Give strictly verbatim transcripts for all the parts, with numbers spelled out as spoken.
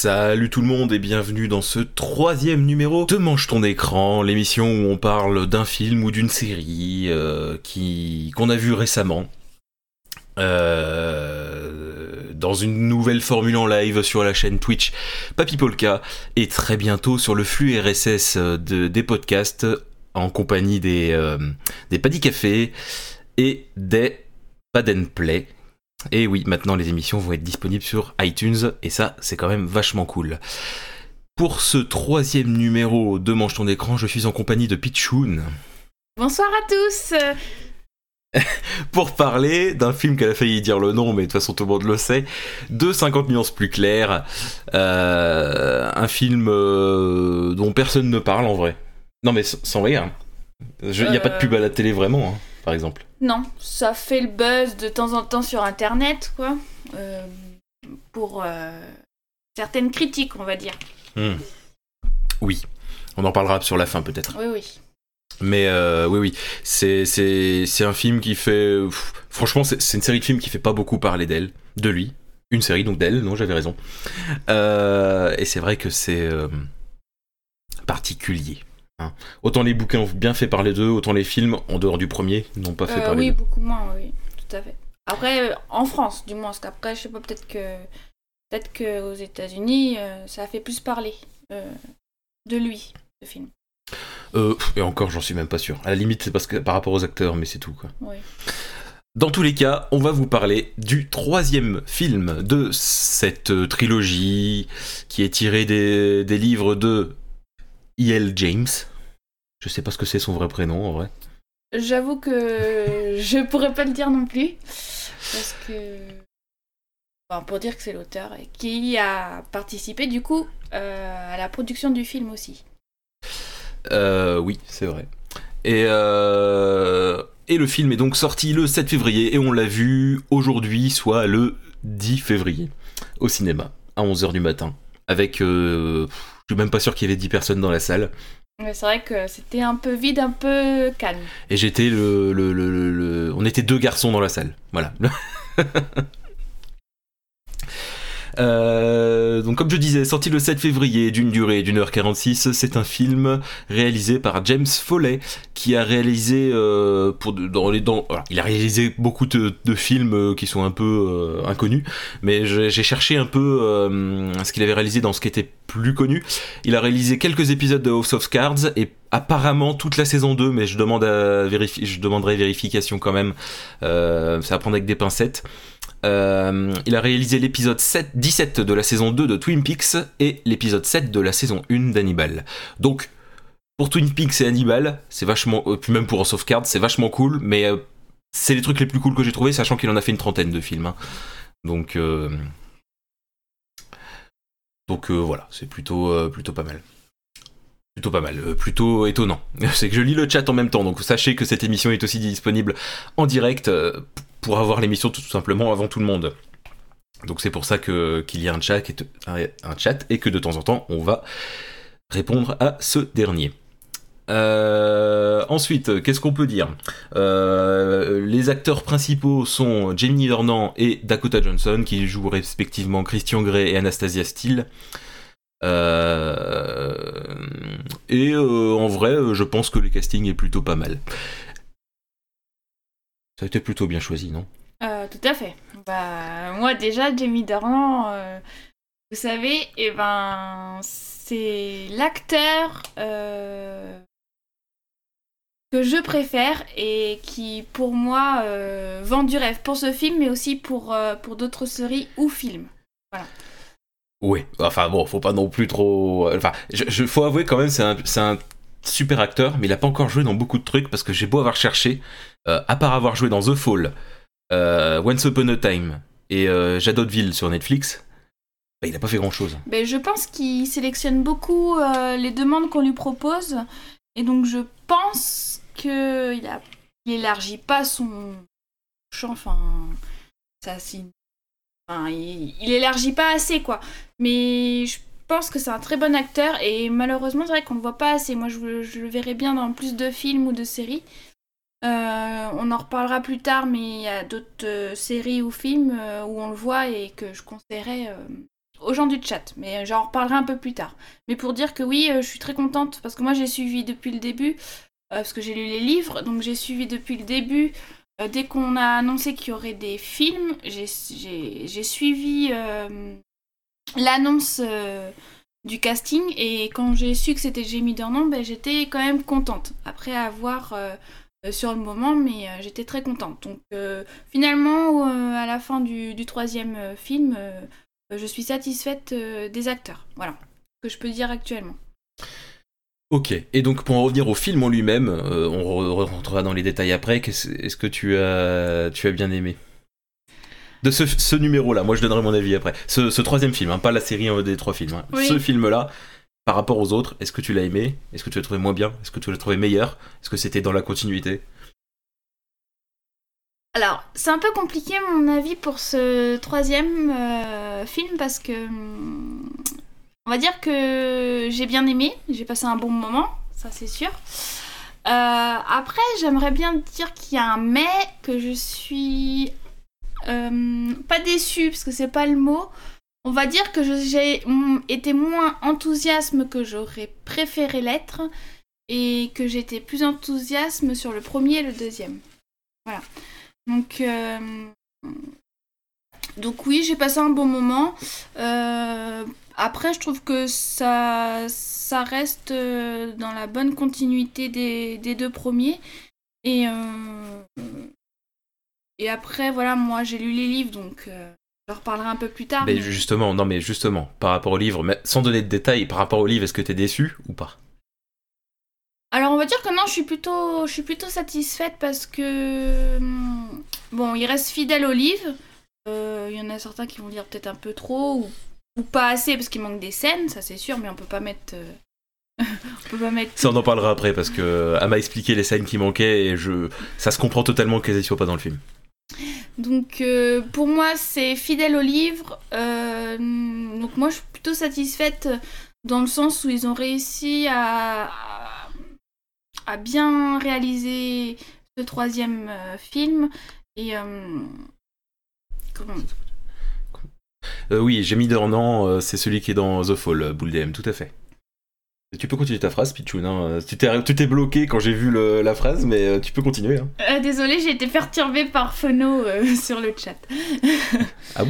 Salut tout le monde et bienvenue dans ce troisième numéro de Mange ton écran, l'émission où on parle d'un film ou d'une série euh, qui qu'on a vu récemment euh, dans une nouvelle formule en live sur la chaîne Twitch Papy Polka et très bientôt sur le flux R S S de, des podcasts en compagnie des, euh, des Paddy Café et des Pad and Play. Et oui, maintenant les émissions vont être disponibles sur iTunes, et ça, c'est quand même vachement cool. Pour ce troisième numéro de Mange ton écran, je suis en compagnie de Pichoun. Bonsoir à tous. Pour parler d'un film qu'elle a failli dire le nom, mais de toute façon tout le monde le sait, de cinquante nuances plus claires, euh, un film euh, dont personne ne parle en vrai. Non mais sans rire, il n'y a euh... pas de pub à la télé vraiment, hein, par exemple. Non, ça fait le buzz de temps en temps sur internet, quoi, euh, pour euh, certaines critiques, on va dire. Mmh. Oui, on en parlera sur la fin peut-être. Oui, oui. Mais euh, oui, oui, c'est, c'est, c'est un film qui fait... Pff, franchement, c'est, c'est une série de films qui fait pas beaucoup parler d'elle, de lui. Une série, donc d'elle, non, j'avais raison. Euh, et c'est vrai que c'est euh, particulier. Hein. Autant les bouquins ont bien fait parler d'eux, autant les films, en dehors du premier, n'ont pas fait euh, parler oui, d'eux. Oui, beaucoup moins, oui, tout à fait. Après, euh, en France, du moins, parce qu'après, je sais pas, peut-être que peut-être qu'aux États-Unis, euh, ça a fait plus parler euh, de lui, ce film. Euh, et encore, j'en suis même pas sûr. À la limite, c'est parce que par rapport aux acteurs, mais c'est tout, quoi. Oui. Dans tous les cas, on va vous parler du troisième film de cette euh, trilogie qui est tiré des, des livres de E L James. Je sais pas ce que c'est son vrai prénom, en vrai. J'avoue que je pourrais pas le dire non plus. Parce que... Enfin, pour dire que c'est l'auteur, et qui a participé, du coup, euh, à la production du film aussi. Euh, oui, c'est vrai. Et, euh, et le film est donc sorti le sept février, et on l'a vu aujourd'hui, soit le dix février, au cinéma, à onze heures du matin. Avec... Euh, je suis même pas sûr qu'il y avait dix personnes dans la salle. Mais c'est vrai que c'était un peu vide, un peu calme. Et j'étais le... le, le, le, le... On était deux garçons dans la salle, voilà. Euh, donc comme je disais, sorti le sept février, d'une durée d'une heure quarante-six, c'est un film réalisé par James Foley, qui a réalisé euh, pour dans les dans voilà, il a réalisé beaucoup de, de films qui sont un peu euh, inconnus, mais j'ai, j'ai cherché un peu euh, ce qu'il avait réalisé dans ce qui était plus connu. Il a réalisé quelques épisodes de House of Cards et apparemment toute la saison deux, mais je demande à vérifier, je demanderai vérification quand même. Euh, ça va prendre avec des pincettes. Euh, il a réalisé l'épisode sept, dix-sept de la saison deux de Twin Peaks et l'épisode sept de la saison un d'Hannibal. Donc, pour Twin Peaks et Hannibal, c'est vachement, euh, puis même pour House of Cards, c'est vachement cool, mais euh, c'est les trucs les plus cool que j'ai trouvé, sachant qu'il en a fait une trentaine de films. Hein. Donc, euh, donc euh, voilà, c'est plutôt, euh, plutôt pas mal. Plutôt pas mal, euh, plutôt étonnant. C'est que je lis le chat en même temps, donc sachez que cette émission est aussi disponible en direct euh, pour avoir l'émission tout simplement avant tout le monde. Donc c'est pour ça que, qu'il y a un chat, un chat et que de temps en temps on va répondre à ce dernier. Euh, ensuite, qu'est-ce qu'on peut dire euh, Les acteurs principaux sont Jamie Dornan et Dakota Johnson, qui jouent respectivement Christian Grey et Anastasia Steele. Euh, et euh, en vrai, je pense que le casting est plutôt pas mal. Ça a été plutôt bien choisi, non ? euh, Tout à fait. Bah, moi déjà, Jamie Dornan, euh, vous savez, et eh ben, c'est l'acteur euh, que je préfère et qui, pour moi, euh, vend du rêve pour ce film, mais aussi pour, euh, pour d'autres séries ou films. Voilà. Oui, enfin bon, faut pas non plus trop... Enfin, je, je, faut avouer quand même, c'est un, c'est un super acteur, mais il a pas encore joué dans beaucoup de trucs, parce que j'ai beau avoir cherché, euh, à part avoir joué dans The Fall, euh, Once Upon a Time et euh, Jadotville sur Netflix, bah, il a pas fait grand-chose. Ben, je pense qu'il sélectionne beaucoup euh, les demandes qu'on lui propose, et donc je pense qu'il a... il élargit pas son champ, enfin... ça c'est... Enfin, il, il élargit pas assez, quoi. Mais je pense que c'est un très bon acteur et malheureusement, c'est vrai qu'on le voit pas assez. Moi, je, je le verrais bien dans plus de films ou de séries. Euh, on en reparlera plus tard, mais il y a d'autres euh, séries ou films euh, où on le voit et que je conseillerais euh, aux gens du chat, mais j'en reparlerai un peu plus tard. Mais pour dire que oui, euh, je suis très contente, parce que moi j'ai suivi depuis le début, euh, parce que j'ai lu les livres, donc j'ai suivi depuis le début. Euh, dès qu'on a annoncé qu'il y aurait des films, j'ai, j'ai, j'ai suivi euh, l'annonce euh, du casting, et quand j'ai su que c'était Jamie Dornan, ben, j'étais quand même contente, après avoir... Euh, Euh, sur le moment, mais euh, j'étais très contente. Donc euh, finalement, euh, à la fin du, du troisième euh, film, euh, je suis satisfaite euh, des acteurs. Voilà ce que je peux dire actuellement. Ok, et donc pour en revenir au film en lui-même, euh, on re- rentrera dans les détails après, qu'est-ce- est-ce que tu as, tu as bien aimé de ce, ce numéro-là? Moi je donnerai mon avis après. Ce, ce troisième film, hein, pas la série hein, des trois films. Hein. Oui. Ce film-là, par rapport aux autres, est-ce que tu l'as aimé? Est-ce que tu l'as trouvé moins bien? Est-ce que tu l'as trouvé meilleur? Est-ce que c'était dans la continuité? Alors, c'est un peu compliqué mon avis pour ce troisième euh, film parce que hum, on va dire que j'ai bien aimé, j'ai passé un bon moment, ça c'est sûr. Euh, après, j'aimerais bien dire qu'il y a un mais, que je suis euh, pas déçue parce que c'est pas le mot. On va dire que je- j'ai mm, été moins enthousiasme que j'aurais préféré l'être et que j'étais plus enthousiasme sur le premier et le deuxième. Voilà. Donc, euh, donc oui, j'ai passé un bon moment. Euh, après, je trouve que ça, ça reste euh, dans la bonne continuité des, des deux premiers. Et, euh, et après, voilà, moi j'ai lu les livres, donc euh, je reparlerai un peu plus tard. Mais mais- justement, non mais justement, par rapport au livre, mais sans donner de détails, par rapport au livre, est-ce que t'es déçu ou pas? Alors on va dire que non, je suis plutôt, je suis plutôt satisfaite parce que hum, bon, il reste fidèle au livre. Euh, Il y en a certains qui vont dire peut-être un peu trop ou, ou pas assez parce qu'il manque des scènes, ça c'est sûr, mais on peut pas mettre, euh, on peut pas mettre. Ça on en parlera après parce que elle m'a expliqué les scènes qui manquaient et je, ça se comprend totalement qu'elles soient pas dans le film. Donc euh, pour moi c'est fidèle au livre. Euh, donc moi je suis plutôt satisfaite dans le sens où ils ont réussi à, à, à bien réaliser ce troisième euh, film et euh, comment Euh, oui, Jamie Dornan, euh, c'est celui qui est dans The Fall, euh, Bull D M, tout à fait. Et tu peux continuer ta phrase, Pichoun. Hein. Euh, Tu t'es, tu t'es bloqué quand j'ai vu le- la phrase, mais euh, tu peux continuer. Hein. Euh, désolée, j'ai été perturbée par Phono euh, sur le chat. Ah bon?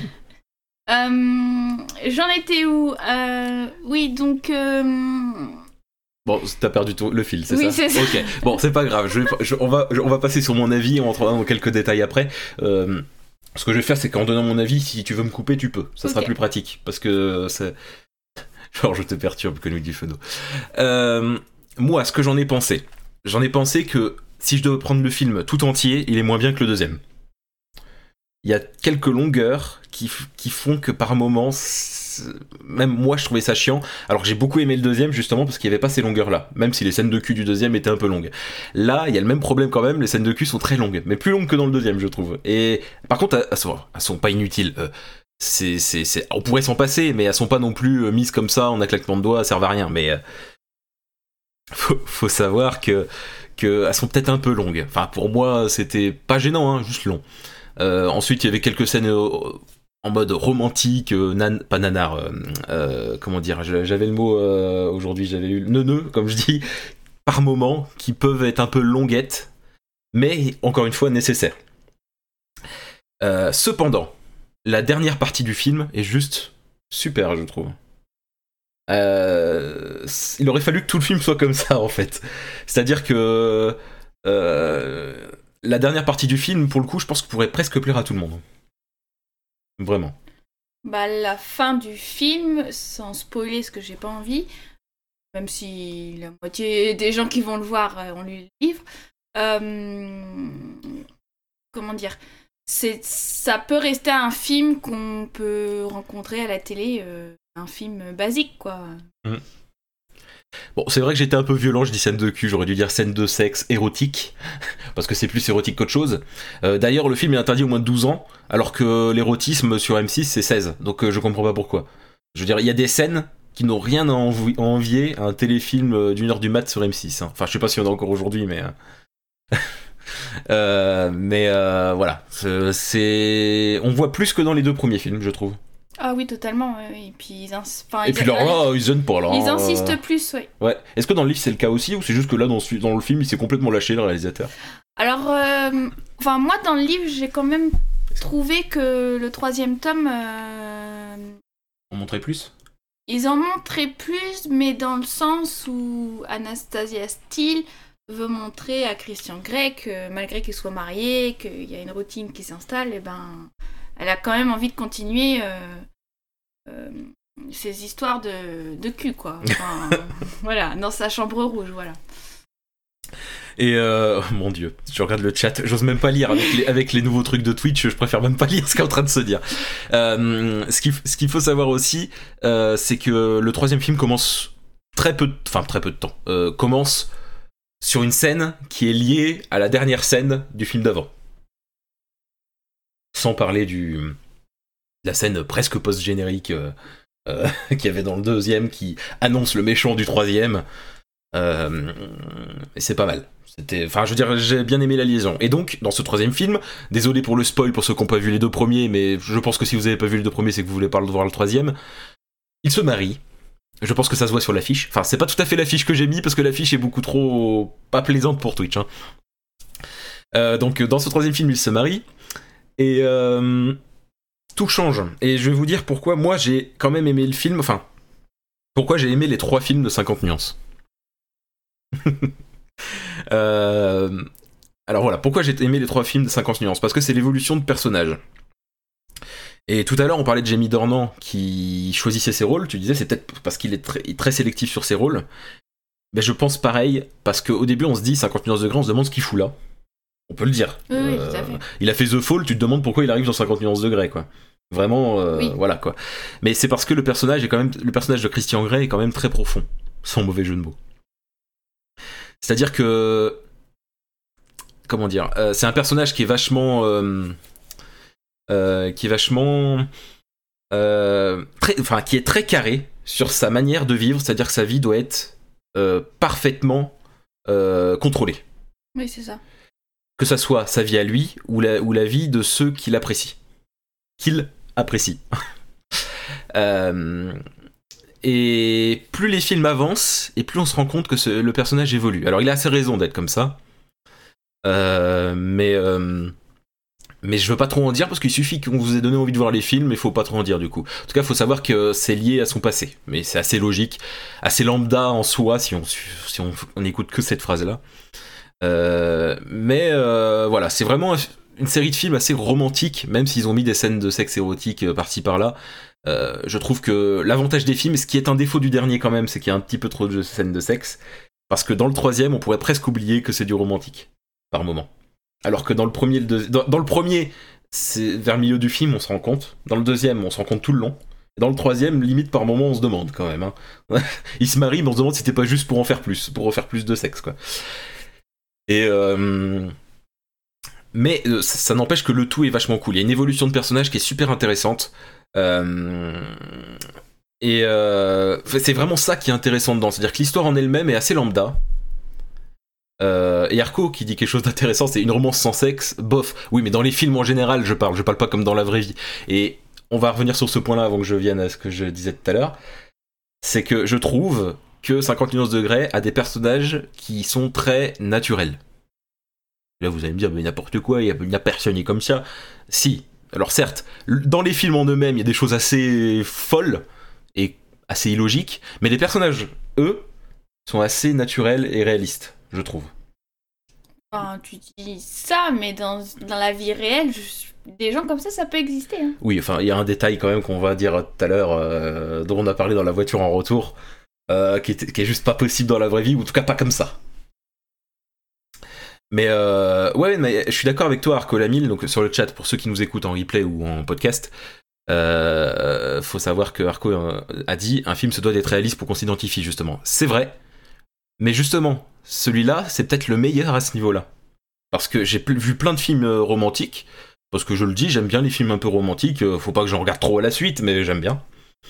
Euh, J'en étais où Euh, Oui, donc... euh, Bon, t'as perdu tout, le fil, c'est Oui, ça? c'est ça. Ok, bon, c'est pas grave. Je vais, je- on, va, je- on va passer sur mon avis, on rentrera dans quelques détails après. Euh, ce que je vais faire, c'est qu'en donnant mon avis, si tu veux me couper, tu peux. Ça sera Ok. plus pratique, parce que c'est... Genre, je te perturbe, que nous dit Phono. Euh, moi, ce que j'en ai pensé, j'en ai pensé que si je dois prendre le film tout entier, il est moins bien que le deuxième. Il y a quelques longueurs qui, f- qui font que par moments, c'est- même moi je trouvais ça chiant, alors que j'ai beaucoup aimé le deuxième justement parce qu'il n'y avait pas ces longueurs là, même si les scènes de cul du deuxième étaient un peu longues. Là, il y a le même problème quand même, les scènes de cul sont très longues, mais plus longues que dans le deuxième je trouve. Et par contre, elles, elles sont, elles sont pas inutiles. Euh, c'est, c'est, c'est... On pourrait s'en passer, mais elles sont pas non plus euh, mises comme ça en un claquement de doigts, elles servent à rien. Mais euh, faut, faut savoir que, que elles sont peut-être un peu longues. Enfin, pour moi, c'était pas gênant, hein, juste long. Euh, ensuite, il y avait quelques scènes euh, en mode romantique, euh, nan- pas nanar, euh, euh, comment dire, j'avais le mot euh, aujourd'hui, j'avais eu le neuneu, comme je dis, par moments, qui peuvent être un peu longuettes, mais encore une fois nécessaires. Euh, cependant, la dernière partie du film est juste super, je trouve. Euh, il aurait fallu que tout le film soit comme ça, en fait. C'est-à-dire que euh, la dernière partie du film, pour le coup, je pense que pourrait presque plaire à tout le monde. Vraiment. Bah, la fin du film, sans spoiler ce que j'ai pas envie, même si la moitié des gens qui vont le voir euh, ont lu le livre, euh, comment dire, c'est, ça peut rester un film qu'on peut rencontrer à la télé, euh, un film basique, quoi. Mmh. Bon, c'est vrai que j'étais un peu violent, je dis scène de cul, j'aurais dû dire scène de sexe érotique, parce que c'est plus érotique qu'autre chose. Euh, d'ailleurs, le film est interdit au moins de douze ans, alors que l'érotisme sur M six c'est seize, donc euh, je comprends pas pourquoi. Je veux dire, il y a des scènes qui n'ont rien à, envi- à envier à un téléfilm d'une heure du mat sur M six. Hein. Enfin, je sais pas si on en a encore aujourd'hui, mais... Euh... euh, mais euh, voilà, c'est... On voit plus que dans les deux premiers films, je trouve. Ah oui, totalement. Ouais. Et puis, ils, ins- enfin, Et ils, puis alors là, ils gênent pas là. ils hein. insistent plus, oui. Ouais. Est-ce que dans le livre c'est le cas aussi, ou c'est juste que là dans, ce- dans le film il s'est complètement lâché le réalisateur? Alors, euh, enfin, moi, dans le livre, j'ai quand même trouvé que le troisième tome, euh, On montrait plus? ils en montraient plus, mais dans le sens où Anastasia Steele veut montrer à Christian Grey que malgré qu'il soit marié, qu'il y a une routine qui s'installe, et ben, elle a quand même envie de continuer euh, euh, ces histoires de, de cul, quoi. Enfin, voilà, dans sa chambre rouge, voilà. Et euh, oh mon dieu, je regarde le chat, j'ose même pas lire avec les, avec les nouveaux trucs de Twitch, je préfère même pas lire ce qu'est en train de se dire. Euh, ce, qu'il, ce qu'il faut savoir aussi, euh, c'est que le troisième film commence très peu de, enfin très peu de temps, euh, commence sur une scène qui est liée à la dernière scène du film d'avant. Sans parler du, de la scène presque post-générique euh, euh, qu'il y avait dans le deuxième qui annonce le méchant du troisième. Euh, et c'est pas mal. C'était, enfin, je veux dire, j'ai bien aimé la liaison. Et donc, dans ce troisième film, désolé pour le spoil pour ceux qui n'ont pas vu les deux premiers, mais je pense que si vous n'avez pas vu les deux premiers, c'est que vous voulez pas voir le troisième. Ils se marient. Je pense que ça se voit sur l'affiche. Enfin, c'est pas tout à fait l'affiche que j'ai mis parce que l'affiche est beaucoup trop pas plaisante pour Twitch. Hein. Euh, donc, dans ce troisième film, ils se marient et euh, tout change. Et je vais vous dire pourquoi moi j'ai quand même aimé le film. Enfin, pourquoi j'ai aimé les trois films de cinquante nuances. euh, alors voilà, pourquoi j'ai aimé les trois films de cinquante nuances? Parce que c'est l'évolution de personnages. Et tout à l'heure, on parlait de Jamie Dornan qui choisissait ses rôles. Tu disais, c'est peut-être parce qu'il est très, très sélectif sur ses rôles. Mais je pense pareil, parce qu'au début, on se dit cinquante nuances de grey, on se demande ce qu'il fout là. On peut le dire. Oui, oui, Euh, tout à fait. il a fait The Fall, tu te demandes pourquoi il arrive dans cinquante nuances de grey, quoi. Vraiment, euh, Oui. voilà, quoi. Mais c'est parce que le personnage est quand même, le personnage de Christian Grey est quand même très profond, sans mauvais jeu de mots. C'est-à-dire que, comment dire, euh, c'est un personnage qui est vachement, euh, euh, qui est vachement, euh, très, enfin, qui est très carré sur sa manière de vivre. C'est-à-dire que sa vie doit être euh, parfaitement euh, contrôlée. Oui, c'est ça. Que ça soit sa vie à lui ou la, ou la vie de ceux qui l'apprécient. Qu'il apprécie. euh, et plus les films avancent, et plus on se rend compte que ce, le personnage évolue. Alors il a assez raison d'être comme ça. Euh, mais, euh, mais je veux pas trop en dire parce qu'il suffit qu'on vous ait donné envie de voir les films, mais faut pas trop en dire du coup. En tout cas, il faut savoir que c'est lié à son passé. Mais c'est assez logique, assez lambda en soi si on, si on, on écoute que cette phrase-là. Euh, mais euh, voilà, c'est vraiment une série de films assez romantique, même s'ils ont mis des scènes de sexe érotique par-ci par-là. Euh, je trouve que l'avantage des films, ce qui est un défaut du dernier quand même, c'est qu'il y a un petit peu trop de scènes de sexe, parce que dans le troisième, on pourrait presque oublier que c'est du romantique, par moment. Alors que dans le premier, le deux... dans, dans le premier, c'est vers le milieu du film, on se rend compte. Dans le deuxième, on se rend compte tout le long. Et dans le troisième, limite par moment, on se demande quand même. Hein. Ils se marient, mais on se demande si c'était pas juste pour en faire plus, pour en faire plus de sexe, quoi. Et euh... mais euh, ça, ça n'empêche que le tout est vachement cool. Il y a une évolution de personnage qui est super intéressante. Euh... Et euh... c'est vraiment ça qui est intéressant dedans. C'est-à-dire que l'histoire en elle-même est assez lambda. Euh... Et Arco qui dit quelque chose d'intéressant, c'est une romance sans sexe. Bof. Oui, mais dans les films en général, je parle. Je parle pas comme dans la vraie vie. Et on va revenir sur ce point-là avant que je vienne à ce que je disais tout à l'heure. C'est que je trouve que cinquante nuances de Grey a des personnages qui sont très naturels. Là, vous allez me dire, mais n'importe quoi, il n'y a, a personne comme ça. Si, alors certes, dans les films en eux-mêmes, il y a des choses assez folles et assez illogiques, mais les personnages, eux, sont assez naturels et réalistes, je trouve. Enfin, tu dis ça, mais dans, dans la vie réelle, je... des gens comme ça, ça peut exister. Hein. Oui, enfin, il y a un détail quand même qu'on va dire tout à l'heure, euh, dont on a parlé dans la voiture en retour, euh, qui, est, qui est juste pas possible dans la vraie vie, ou en tout cas pas comme ça. Mais euh, ouais, mais je suis d'accord avec toi, Arco Lamille, donc sur le chat, pour ceux qui nous écoutent en replay ou en podcast, euh, faut savoir que Arco a dit un film se doit d'être réaliste pour qu'on s'identifie, justement. C'est vrai, mais justement, celui-là, c'est peut-être le meilleur à ce niveau-là. Parce que j'ai vu plein de films romantiques, parce que je le dis, j'aime bien les films un peu romantiques, faut pas que j'en regarde trop à la suite, mais j'aime bien.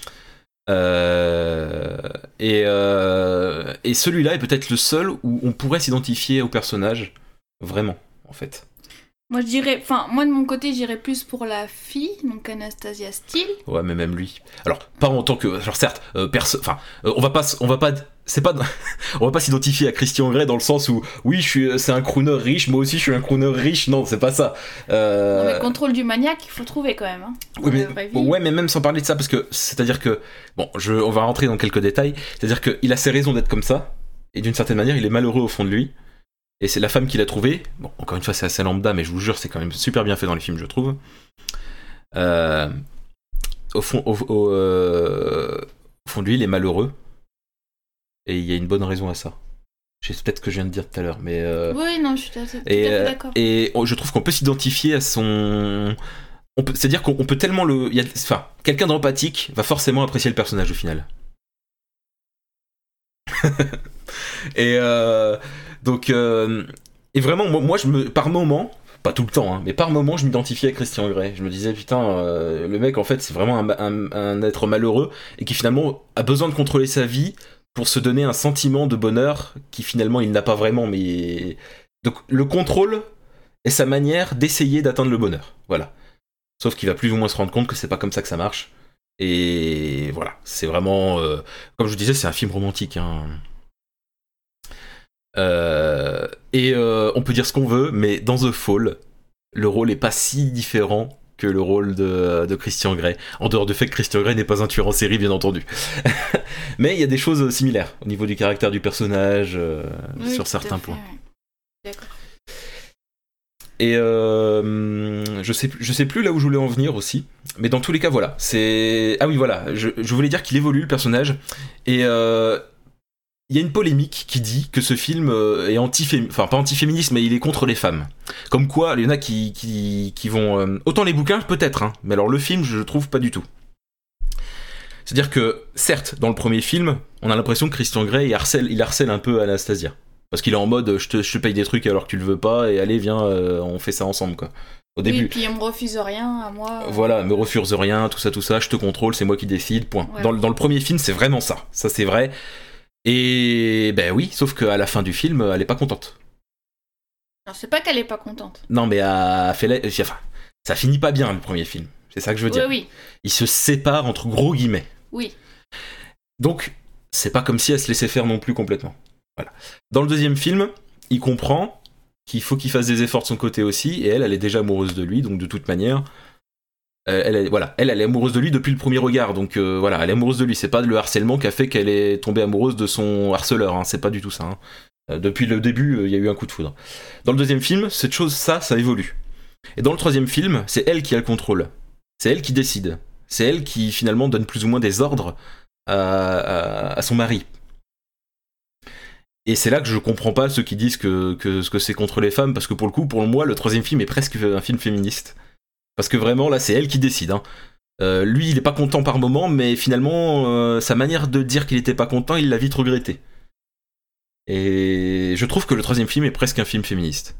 Euh, et, euh, et celui-là est peut-être le seul où on pourrait s'identifier au personnage vraiment, en fait. Moi, je dirais, enfin, moi de mon côté, j'irais plus pour la fille, donc Anastasia Steele. Ouais, mais même lui. Alors, pas en tant que. Alors, certes, euh, perso... enfin, euh, on va pas. On va pas. C'est pas. On va pas s'identifier à Christian Grey dans le sens où, oui, je suis, c'est un crooner riche, moi aussi je suis un crooner riche. Non, c'est pas ça. Euh... Non, mais contrôle du maniaque, il faut trouver quand même. Hein, oui, mais, ouais, mais même sans parler de ça, parce que c'est-à-dire que. Bon, je, on va rentrer dans quelques détails. C'est-à-dire qu'il a ses raisons d'être comme ça, et d'une certaine manière, il est malheureux au fond de lui. Et c'est la femme qui l'a trouvé. Bon, encore une fois, c'est assez lambda, mais je vous jure, c'est quand même super bien fait dans les films, je trouve. Euh, au, fond, au, au, euh, au fond de lui, il est malheureux. Et il y a une bonne raison à ça. C'est peut-être ce que je viens de dire tout à l'heure, mais... Euh, oui, non, je suis tout à fait et, d'accord. Et je trouve qu'on peut s'identifier à son... On peut, c'est-à-dire qu'on peut tellement le... Il y a, enfin, quelqu'un d'empathique va forcément apprécier le personnage au final. et... Euh, Donc, euh, et vraiment, moi, moi, je me, par moment, pas tout le temps, hein, mais par moment, je m'identifiais à Christian Grey. Je me disais, putain, euh, le mec, en fait, c'est vraiment un, un, un être malheureux et qui finalement a besoin de contrôler sa vie pour se donner un sentiment de bonheur qui finalement il n'a pas vraiment. Mais donc, le contrôle est sa manière d'essayer d'atteindre le bonheur. Voilà. Sauf qu'il va plus ou moins se rendre compte que c'est pas comme ça que ça marche. Et voilà, c'est vraiment, euh, comme je vous disais, c'est un film romantique. Hein. Euh, et euh, on peut dire ce qu'on veut, mais dans The Fall, le rôle est pas si différent que le rôle de, de Christian Grey. En dehors du fait que Christian Grey n'est pas un tueur en série, bien entendu. Mais il y a des choses similaires au niveau du caractère du personnage, euh, oui, sur certains fait, points. Ouais. D'accord. Et euh, je sais, je sais plus là où je voulais en venir aussi, mais dans tous les cas, voilà. C'est ah oui, voilà. Je, je voulais dire qu'il évolue le personnage et euh, il y a une polémique qui dit que ce film est anti-féministe, enfin pas anti-féministe, mais il est contre les femmes. Comme quoi, il y en a qui, qui, qui vont... Euh, autant les bouquins, peut-être, hein, mais alors le film, je trouve pas du tout. C'est-à-dire que, certes, dans le premier film, on a l'impression que Christian Grey, il harcèle, il harcèle un peu Anastasia. Parce qu'il est en mode, je te, je te paye des trucs alors que tu le veux pas, et allez, viens, euh, on fait ça ensemble, quoi. Au oui, début. Et puis on me refuse rien à moi. Voilà, me refuse rien, tout ça, tout ça, je te contrôle, c'est moi qui décide, point. Ouais. Dans, dans le premier film, c'est vraiment ça. Ça, c'est vrai. Et ben oui, sauf qu'à la fin du film, elle est pas contente. Alors c'est pas qu'elle est pas contente. Non, mais elle fait la... enfin, ça finit pas bien le premier film. C'est ça que je veux dire. Oui, oui. Ils se séparent entre gros guillemets. Oui. Donc, c'est pas comme si elle se laissait faire non plus complètement. Voilà. Dans le deuxième film, il comprend qu'il faut qu'il fasse des efforts de son côté aussi, et elle, elle est déjà amoureuse de lui, donc de toute manière. Euh, elle, est, voilà, elle, elle est amoureuse de lui depuis le premier regard, donc euh, voilà, elle est amoureuse de lui. C'est pas le harcèlement qui a fait qu'elle est tombée amoureuse de son harceleur, hein, c'est pas du tout ça. Hein. Euh, depuis le début, il euh, y a eu un coup de foudre. Dans le deuxième film, cette chose, ça, ça évolue. Et dans le troisième film, c'est elle qui a le contrôle. C'est elle qui décide. C'est elle qui finalement donne plus ou moins des ordres à, à, à son mari. Et c'est là que je comprends pas ceux qui disent que, que, que c'est contre les femmes, parce que pour le coup, pour moi, le troisième film est presque un film féministe. Parce que vraiment, là, c'est elle qui décide. Hein. Euh, lui, il est pas content par moment, mais finalement, euh, sa manière de dire qu'il était pas content, il l'a vite regretté. Et je trouve que le troisième film est presque un film féministe.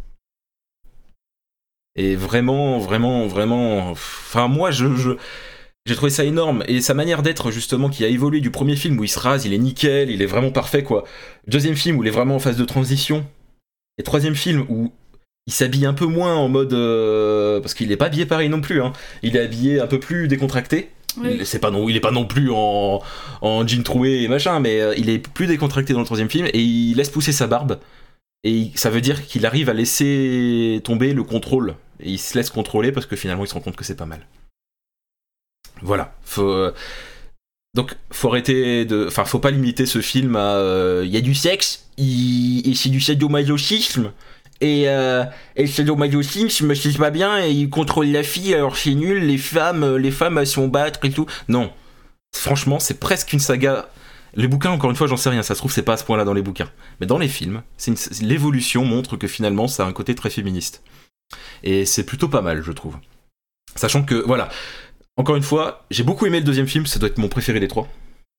Et vraiment, vraiment, vraiment... Enfin, moi, je, je... j'ai trouvé ça énorme. Et sa manière d'être, justement, qui a évolué du premier film où il se rase, il est nickel, il est vraiment parfait, quoi. Deuxième film où il est vraiment en phase de transition. Et troisième film où il s'habille un peu moins en mode... Euh, parce qu'il est pas habillé pareil non plus. Hein. Il est habillé un peu plus décontracté. Oui. Il, c'est pas non, il est pas non plus en, en jean troué et machin, mais euh, il est plus décontracté dans le troisième film. Et il laisse pousser sa barbe. Et il, ça veut dire qu'il arrive à laisser tomber le contrôle. Et il se laisse contrôler parce que finalement il se rend compte que c'est pas mal. Voilà. Faut... Euh, donc, faut arrêter de... Enfin, faut pas limiter ce film à... Il euh, y a du sexe, il... et c'est du sadomasochisme. Et, euh, et le sadomasochisme, c'est pas bien, et il contrôle la fille, alors c'est nul, les femmes, les femmes, elles se font battre et tout. Non. Franchement, c'est presque une saga... Les bouquins, encore une fois, j'en sais rien, ça se trouve, c'est pas à ce point-là dans les bouquins. Mais dans les films, c'est une... l'évolution montre que finalement, ça a un côté très féministe. Et c'est plutôt pas mal, je trouve. Sachant que, voilà... Encore une fois, j'ai beaucoup aimé le deuxième film, ça doit être mon préféré des trois.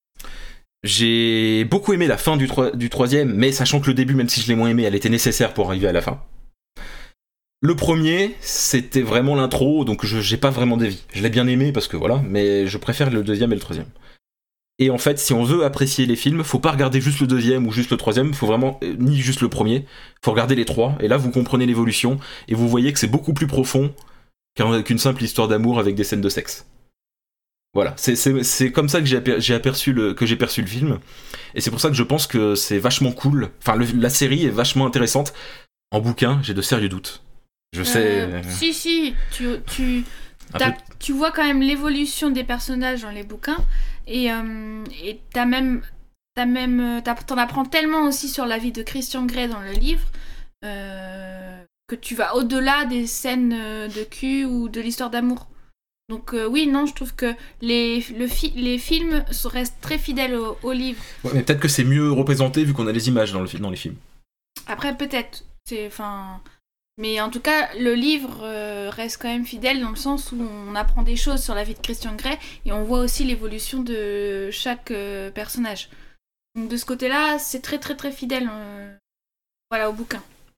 J'ai beaucoup aimé la fin du, tro- du troisième, mais sachant que le début, même si je l'ai moins aimé, elle était nécessaire pour arriver à la fin. Le premier, c'était vraiment l'intro, donc je, j'ai pas vraiment d'avis. Je l'ai bien aimé parce que voilà, mais je préfère le deuxième et le troisième. Et en fait, si on veut apprécier les films, faut pas regarder juste le deuxième ou juste le troisième, faut vraiment, euh, ni juste le premier, faut regarder les trois, et là vous comprenez l'évolution, et vous voyez que c'est beaucoup plus profond qu'un- qu'une simple histoire d'amour avec des scènes de sexe. Voilà, c'est, c'est, c'est comme ça que j'ai, aper- j'ai aperçu le, que j'ai perçu le film, et c'est pour ça que je pense que c'est vachement cool, enfin le- la série est vachement intéressante. En bouquin, j'ai de sérieux doutes. Je sais... Euh, si, si, tu, tu, un t'as- peu- tu vois quand même l'évolution des personnages dans les bouquins, et euh, et t'as même, t'as même, euh, t'as- t'en apprends tellement aussi sur la vie de Christian Grey dans le livre, euh, que tu vas au-delà des scènes euh, de cul ou de l'histoire d'amour. Donc euh, oui, non, je trouve que les, le fi- les films se- restent très fidèles au, au livre. Ouais, mais peut-être que c'est mieux représenté vu qu'on a les images dans, le, fi- dans les films. Après, peut-être, c'est, enfin... Mais en tout cas, le livre euh, reste quand même fidèle dans le sens où on apprend des choses sur la vie de Christian Grey et on voit aussi l'évolution de chaque euh, personnage. Donc de ce côté-là, c'est très très très fidèle euh, voilà, au bouquin.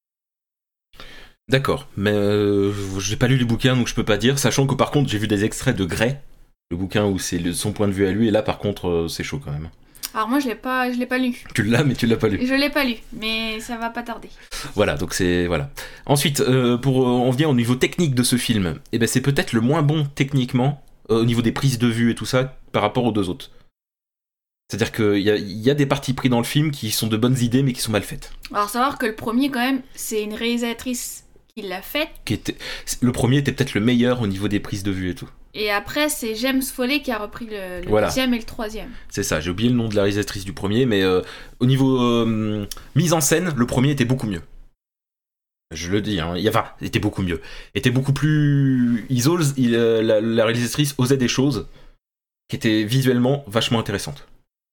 D'accord, mais euh, j'ai pas lu les bouquins donc je peux pas dire, sachant que par contre j'ai vu des extraits de Grey, le bouquin où c'est le- son point de vue à lui, et là par contre euh, c'est chaud quand même. Alors moi, je l'ai pas, je l'ai pas lu. Tu l'as mais tu l'as pas lu. Je l'ai pas lu, mais ça va pas tarder. Voilà, donc c'est... voilà. Ensuite, euh, pour euh, en venir au niveau technique de ce film, eh ben c'est peut-être le moins bon techniquement, euh, au niveau des prises de vue et tout ça, par rapport aux deux autres. C'est-à-dire qu'il y a, il y a des parties pris dans le film qui sont de bonnes idées mais qui sont mal faites. Alors savoir que le premier, quand même, c'est une réalisatrice qui l'a fait. Qui était... Le premier était peut-être le meilleur au niveau des prises de vue et tout. Et après, c'est James Foley qui a repris le, le Voilà. deuxième et le troisième. C'est ça, j'ai oublié le nom de la réalisatrice du premier, mais euh, au niveau euh, mise en scène, le premier était beaucoup mieux. Je le dis, hein, il y a- enfin, était beaucoup mieux. Était beaucoup plus... Ils osent, il, euh, la, la réalisatrice osait des choses qui étaient visuellement vachement intéressantes.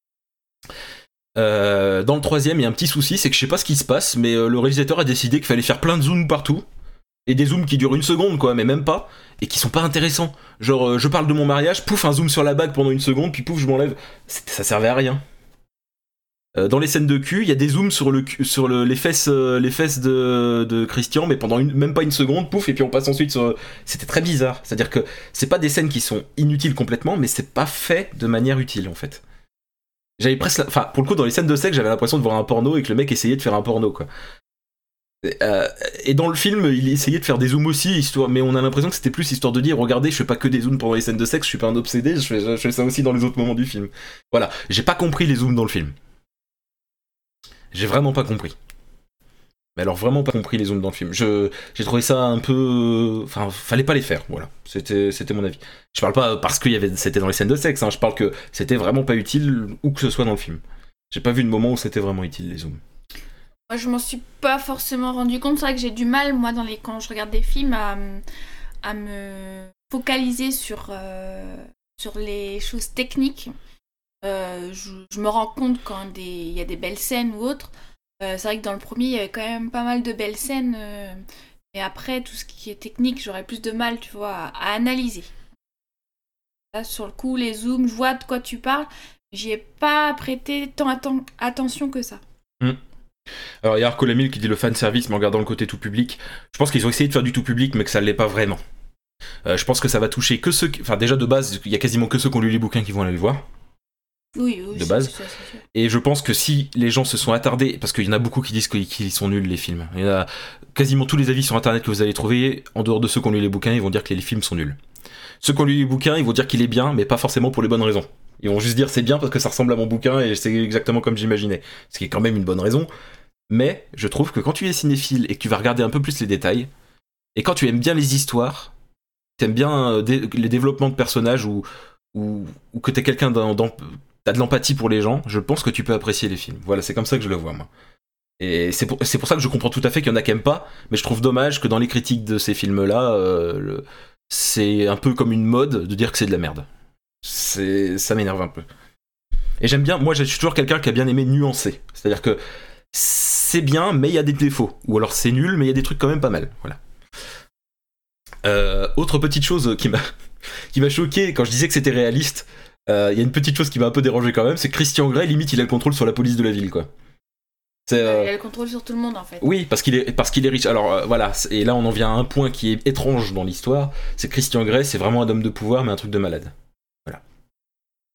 Euh, dans le troisième, il y a un petit souci, c'est que je sais pas ce qui se passe, mais euh, le réalisateur a décidé qu'il fallait faire plein de zooms partout. Et des zooms qui durent une seconde, quoi, mais même pas, et qui sont pas intéressants. Genre, euh, je parle de mon mariage, pouf, un zoom sur la bague pendant une seconde, puis pouf, je m'enlève. C'était- Ça servait à rien. Euh, dans les scènes de cul, il y a des zooms sur, le, cul- sur le- les fesses, euh, les fesses de, de Christian, mais pendant une- même pas une seconde, pouf, et puis on passe ensuite sur... C'était très bizarre. C'est-à-dire que c'est pas des scènes qui sont inutiles complètement, mais c'est pas fait de manière utile, en fait. J'avais presque... la- Enfin, pour le coup, dans les scènes de sexe, j'avais l'impression de voir un porno et que le mec essayait de faire un porno, quoi. Euh, et dans le film, il essayait de faire des zooms aussi, histoire, mais on a l'impression que c'était plus histoire de dire regardez, je fais pas que des zooms pendant les scènes de sexe, je suis pas un obsédé, je fais, je fais ça aussi dans les autres moments du film. Voilà, j'ai pas compris les zooms dans le film. J'ai vraiment pas compris. Mais alors vraiment pas compris les zooms dans le film. Je, j'ai trouvé ça un peu... Enfin, fallait pas les faire, voilà. C'était, c'était mon avis. Je parle pas parce que y avait, c'était dans les scènes de sexe, hein, je parle que c'était vraiment pas utile où que ce soit dans le film. J'ai pas vu de moment où c'était vraiment utile les zooms. Moi, je m'en suis pas forcément rendu compte. C'est vrai que j'ai du mal, moi, dans les... quand je regarde des films, à, m- à me focaliser sur, euh, sur les choses techniques. Euh, je, je me rends compte quand des- il y a des belles scènes ou autres. Euh, c'est vrai que dans le premier, il y avait quand même pas mal de belles scènes. euh, mais après, tout ce qui est technique, j'aurais plus de mal, tu vois, à, à analyser. Là, sur le coup, les zooms, je vois de quoi tu parles. J'y ai pas prêté tant atten- attention que ça. Alors il y a Arco Lamil qui dit le fan service mais en gardant le côté tout public. Je pense qu'ils ont essayé de faire du tout public mais que ça l'est pas vraiment. Euh, je pense que ça va toucher que ceux qui... Enfin déjà de base, il y a quasiment que ceux qui ont lu les bouquins qui vont aller le voir. Oui, oui, De c'est- base. c'est ça, c'est sûr. Et je pense que si les gens se sont attardés, parce qu'il y en a beaucoup qui disent qu'ils qu'ils sont nuls les films. Il y en a quasiment tous les avis sur internet que vous allez trouver, en dehors de ceux qui ont lu les bouquins, ils vont dire que les films sont nuls. Ceux qui ont lu les bouquins, ils vont dire qu'il est bien, mais pas forcément pour les bonnes raisons. Ils vont juste dire c'est bien parce que ça ressemble à mon bouquin et c'est exactement comme j'imaginais. Ce qui est quand même une bonne raison. Mais je trouve que quand tu es cinéphile et que tu vas regarder un peu plus les détails, et quand tu aimes bien les histoires, tu aimes bien euh, dé- les développements de personnages ou, ou, ou que tu es quelqu'un dans, dans, t'as de l'empathie pour les gens, je pense que tu peux apprécier les films. Voilà, c'est comme ça que je le vois, moi. Et c'est pour, c'est pour ça que je comprends tout à fait qu'il y en a qui aiment pas, mais je trouve dommage que dans les critiques de ces films-là, euh, le- c'est un peu comme une mode de dire que c'est de la merde. C'est, ça m'énerve un peu. Et j'aime bien, moi je suis toujours quelqu'un qui a bien aimé nuancer. C'est-à-dire que c'est bien, mais il y a des défauts. Ou alors c'est nul, mais il y a des trucs quand même pas mal. Voilà. Euh, autre petite chose qui m'a, qui m'a choqué quand je disais que c'était réaliste, il euh, y a une petite chose qui m'a un peu dérangé quand même, c'est que Christian Grey, limite, il a le contrôle sur la police de la ville, quoi. C'est, euh... Il a le contrôle sur tout le monde en fait. Oui, parce qu'il est, parce qu'il est riche. Alors euh, voilà, et là on en vient à un point qui est étrange dans l'histoire, c'est que Christian Grey, c'est vraiment un homme de pouvoir, mais un truc de malade. Voilà.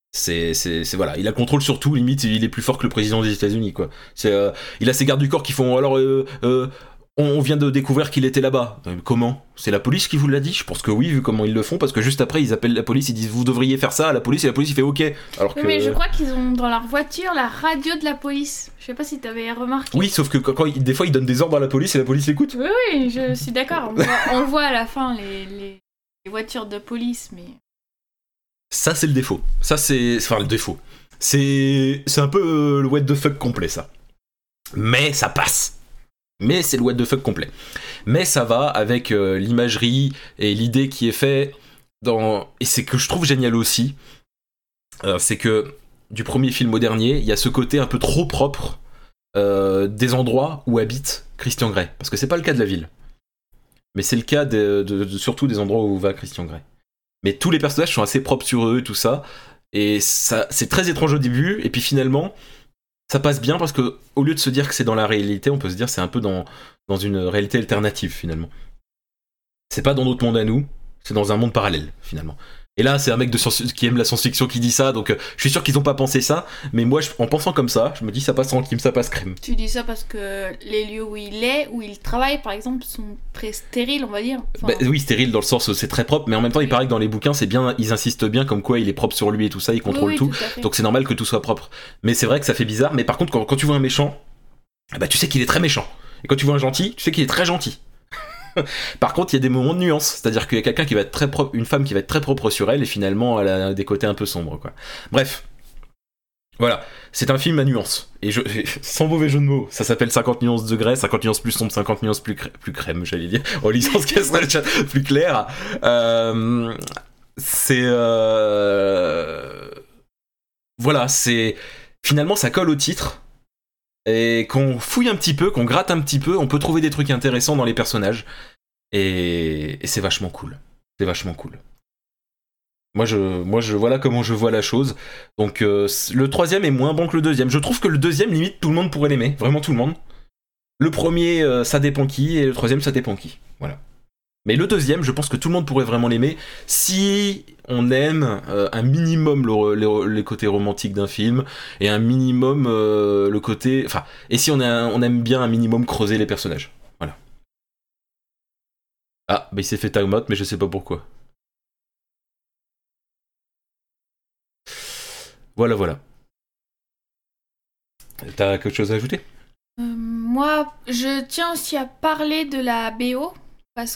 C'est, c'est, c'est voilà, il a le contrôle sur tout, limite il est plus fort que le président des États-Unis quoi. C'est, euh, il a ses gardes du corps qui font alors euh, euh, on vient de découvrir qu'il était là-bas. Euh, comment ? C'est la police qui vous l'a dit ? Je pense que oui, vu comment ils le font, parce que juste après ils appellent la police, ils disent vous devriez faire ça à la police et la police il fait ok. Alors oui, que... mais je crois qu'ils ont dans leur voiture la radio de la police. Je sais pas si t'avais remarqué. Oui, sauf que quand, quand, des fois ils donnent des ordres à la police et la police l'écoute. Oui, oui, je suis d'accord. On voit, on voit à la fin les, les, les voitures de police, mais. Ça c'est le défaut. Ça c'est, enfin le défaut. C'est, c'est un peu euh, le what the fuck complet ça. Mais ça passe. Mais c'est le what the fuck complet. Mais ça va avec euh, l'imagerie et l'idée qui est faite dans... Et c'est que je trouve génial aussi, euh, c'est que du premier film au dernier, il y a ce côté un peu trop propre euh, des endroits où habite Christian Grey. Parce que c'est pas le cas de la ville. Mais c'est le cas de, de, de, surtout des endroits où va Christian Grey. Mais tous les personnages sont assez propres sur eux, tout ça. Et ça, c'est très étrange au début, et puis finalement... ça passe bien parce que au lieu de se dire que c'est dans la réalité, on peut se dire que c'est un peu dans, dans une réalité alternative finalement. C'est pas dans notre monde à nous, c'est dans un monde parallèle finalement. Et là, c'est un mec de science, qui aime la science-fiction qui dit ça, donc euh, je suis sûr qu'ils ont pas pensé ça, mais moi, je, en pensant comme ça, je me dis ça passe tranquille, ça passe crème. Tu dis ça parce que les lieux où il est, où il travaille par exemple, sont très stériles, on va dire. Enfin... Bah, oui, stérile dans le sens où c'est très propre, mais en même temps, oui. Il paraît que dans les bouquins, c'est bien, ils insistent bien comme quoi il est propre sur lui et tout ça, il contrôle oui, oui, tout, tout donc c'est normal que tout soit propre. Mais c'est vrai que ça fait bizarre, mais par contre, quand, quand tu vois un méchant, bah tu sais qu'il est très méchant. Et quand tu vois un gentil, tu sais qu'il est très gentil. Par contre, il y a des moments de nuance, c'est-à-dire qu'il y a quelqu'un qui va être très propre, une femme qui va être très propre sur elle, et finalement, elle a des côtés un peu sombres, quoi. Bref. Voilà, c'est un film à nuances. Et je, sans mauvais jeu de mots, ça s'appelle cinquante nuances de Grey, cinquante nuances plus sombre, cinquante nuances plus, crème, plus crème, j'allais dire. En licence qu'elle serait le chat plus clair. Euh, c'est... Euh... Voilà, c'est... Finalement, ça colle au titre. Et qu'on fouille un petit peu, qu'on gratte un petit peu, on peut trouver des trucs intéressants dans les personnages. Et, et c'est vachement cool. C'est vachement cool. Moi, je, moi je, voilà comment je vois la chose. Donc, euh, le troisième est moins bon que le deuxième. Je trouve que le deuxième, limite, tout le monde pourrait l'aimer. Vraiment tout le monde. Le premier, euh, ça dépend qui. Et le troisième, ça dépend qui. Voilà. Mais le deuxième, je pense que tout le monde pourrait vraiment l'aimer si on aime euh, un minimum le, le, les côtés romantiques d'un film et un minimum euh, le côté... Enfin, et si on, a, on aime bien un minimum creuser les personnages. Voilà. Ah, bah il s'est fait time out, mais je sais pas pourquoi. Voilà, voilà. T'as quelque chose à ajouter ? euh, Moi, je tiens aussi à parler de la B O. Parce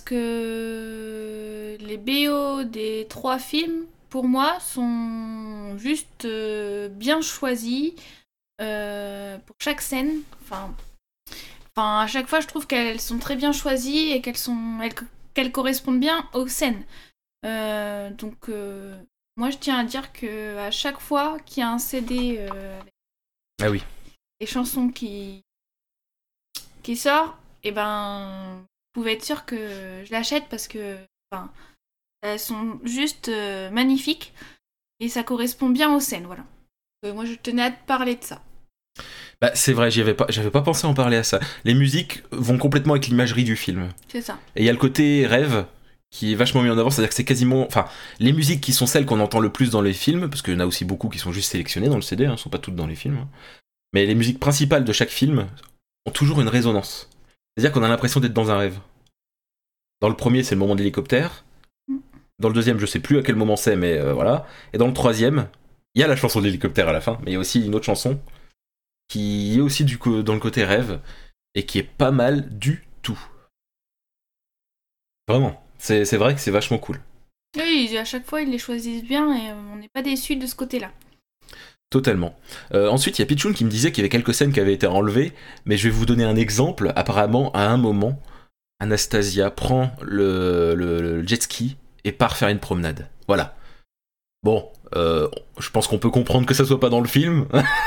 que les B O des trois films, pour moi, sont juste euh, bien choisis euh, pour chaque scène. Enfin, enfin, à chaque fois, je trouve qu'elles sont très bien choisies et qu'elles sont, elles, qu'elles correspondent bien aux scènes. Euh, donc, euh, moi, je tiens à dire que à chaque fois qu'il y a un C D euh, avec ah oui. des chansons qui qui sort, et ben vous pouvez être sûr que je l'achète parce que enfin, elles sont juste euh, magnifiques et ça correspond bien aux scènes, voilà. Euh, moi je tenais à te parler de ça. Bah c'est vrai, j'y avais pas, j'avais pas pensé à en parler à ça. Les musiques vont complètement avec l'imagerie du film. C'est ça. Et il y a le côté rêve qui est vachement mis en avant, c'est-à-dire que c'est quasiment... Enfin, les musiques qui sont celles qu'on entend le plus dans les films, parce qu'il y en a aussi beaucoup qui sont juste sélectionnées dans le C D, hein, sont pas toutes dans les films, hein. Mais les musiques principales de chaque film ont toujours une résonance. C'est-à-dire qu'on a l'impression d'être dans un rêve. Dans le premier, c'est le moment de l'hélicoptère. Dans le deuxième, je sais plus à quel moment c'est, mais euh, voilà. Et dans le troisième, il y a la chanson de l'hélicoptère à la fin, mais il y a aussi une autre chanson qui est aussi du coup, dans le côté rêve et qui est pas mal du tout. Vraiment. C'est, c'est vrai que c'est vachement cool. Oui, à chaque fois, ils les choisissent bien et on n'est pas déçus de ce côté-là. Totalement. Euh, ensuite, il y a Pichoun qui me disait qu'il y avait quelques scènes qui avaient été enlevées, mais je vais vous donner un exemple. Apparemment, à un moment, Anastasia prend le, le, le jet ski et part faire une promenade. Voilà. Bon, euh, je pense qu'on peut comprendre que ça soit pas dans le film.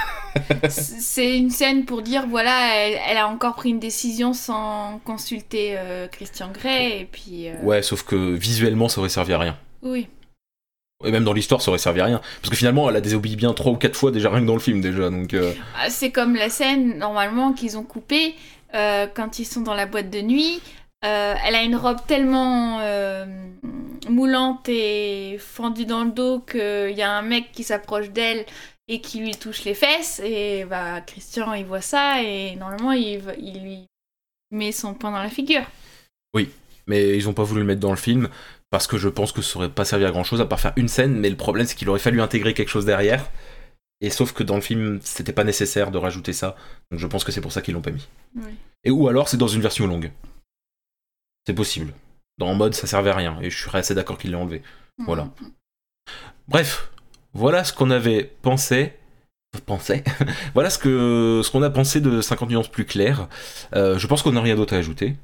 C'est une scène pour dire, voilà, elle, elle a encore pris une décision sans consulter euh, Christian Grey, et puis... Euh... Ouais, sauf que visuellement, ça aurait servi à rien. Oui. Et même dans l'histoire, ça aurait servi à rien. Parce que finalement, elle a désobéi bien trois ou quatre fois déjà, rien que dans le film, déjà. Donc, euh... c'est comme la scène, normalement, qu'ils ont coupée euh, quand ils sont dans la boîte de nuit. Euh, elle a une robe tellement euh, moulante et fendue dans le dos qu'il y a un mec qui s'approche d'elle et qui lui touche les fesses. Et bah, Christian, il voit ça et normalement, il, il lui met son poing dans la figure. Oui, mais ils ont pas voulu le mettre dans le film parce que je pense que ça aurait pas servi à grand chose à part faire une scène, mais le problème c'est qu'il aurait fallu intégrer quelque chose derrière. Et sauf que dans le film, c'était pas nécessaire de rajouter ça, donc je pense que c'est pour ça qu'ils l'ont pas mis. Oui. Et ou alors c'est dans une version longue. C'est possible. Dans le mode ça servait à rien, et je suis assez d'accord qu'ils l'aient enlevé. Mmh. Voilà. Bref, voilà ce qu'on avait pensé. Pensé. Voilà ce, que, ce qu'on a pensé de cinquante nuances plus claires. Euh, je pense qu'on n'a rien d'autre à ajouter.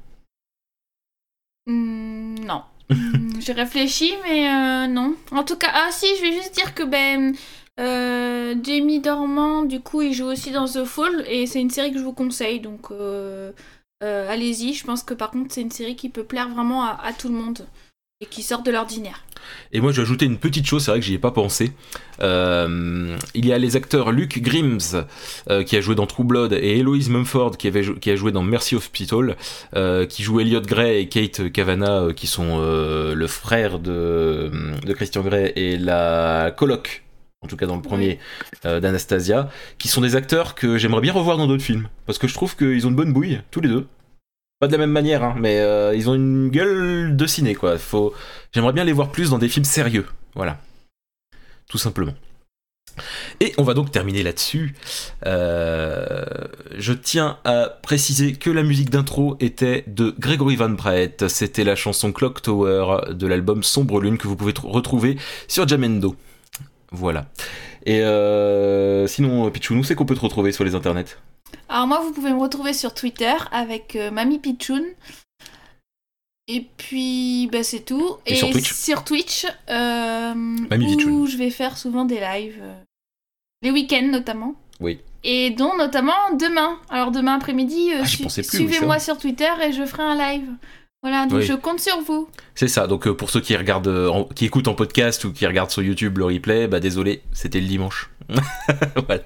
Mmh, non. mmh, j'ai réfléchi, mais euh, non. En tout cas, ah si, je vais juste dire que ben... Euh, Jamie Dornan, du coup, il joue aussi dans The Fall et c'est une série que je vous conseille, donc euh, euh, allez-y. Je pense que par contre, c'est une série qui peut plaire vraiment à, à tout le monde et qui sort de l'ordinaire. Et moi, je vais ajouter une petite chose, c'est vrai que j'y ai pas pensé. Euh, il y a les acteurs Luke Grimes euh, qui a joué dans True Blood et Eloise Mumford qui, avait, qui a joué dans Mercy Hospital, euh, qui joue Elliot Grey et Kate Kavanagh, euh, qui sont euh, le frère de, de Christian Grey et la coloc. En tout cas dans le premier, oui. euh, d'Anastasia, qui sont des acteurs que j'aimerais bien revoir dans d'autres films, parce que je trouve qu'ils ont une bonne bouille, tous les deux. Pas de la même manière, hein, mais euh, ils ont une gueule de ciné, quoi. Faut... J'aimerais bien les voir plus dans des films sérieux, voilà. Tout simplement. Et on va donc terminer là-dessus. Euh, je tiens à préciser que la musique d'intro était de Gregory Van Brett. C'était la chanson Clock Tower de l'album Sombre Lune que vous pouvez t- retrouver sur Jamendo. Voilà. Et euh, sinon, Pichoun, où c'est qu'on peut te retrouver sur les internets ? Alors moi, vous pouvez me retrouver sur Twitter avec euh, Mamie Pichoun. Et puis, bah, c'est tout. Et, Et sur Twitch Sur Twitch, euh, Mamie Pichoun. Où je vais faire souvent des lives. Euh, les week-ends, notamment. Oui. Et dont, notamment, demain. Alors, demain après-midi, euh, ah, su- plus, suivez-moi oui, sur Twitter et je ferai un live. Voilà, donc oui. Je compte sur vous. C'est ça, donc euh, pour ceux qui regardent, euh, en, qui écoutent en podcast ou qui regardent sur YouTube le replay, bah désolé, c'était le dimanche. Voilà.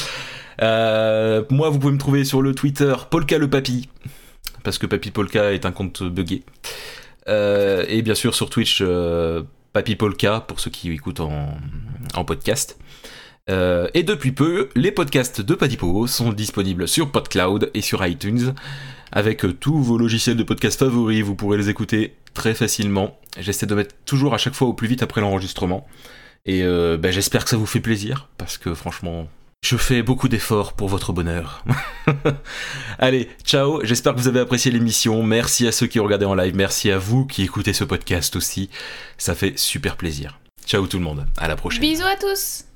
Euh, moi, vous pouvez me trouver sur le Twitter Polka le Papy, parce que Papy Polka est un compte buggé. Euh, et bien sûr sur Twitch, euh, Papy Polka, pour ceux qui écoutent en, en podcast. Euh, et depuis peu, les podcasts de Padipo sont disponibles sur PodCloud et sur iTunes. Avec tous vos logiciels de podcast favoris, vous pourrez les écouter très facilement. J'essaie de mettre toujours à chaque fois au plus vite après l'enregistrement. Et euh, bah, j'espère que ça vous fait plaisir, parce que franchement, je fais beaucoup d'efforts pour votre bonheur. Allez, ciao, j'espère que vous avez apprécié l'émission. Merci à ceux qui regardaient en live, merci à vous qui écoutez ce podcast aussi. Ça fait super plaisir. Ciao tout le monde, à la prochaine. Bisous à tous.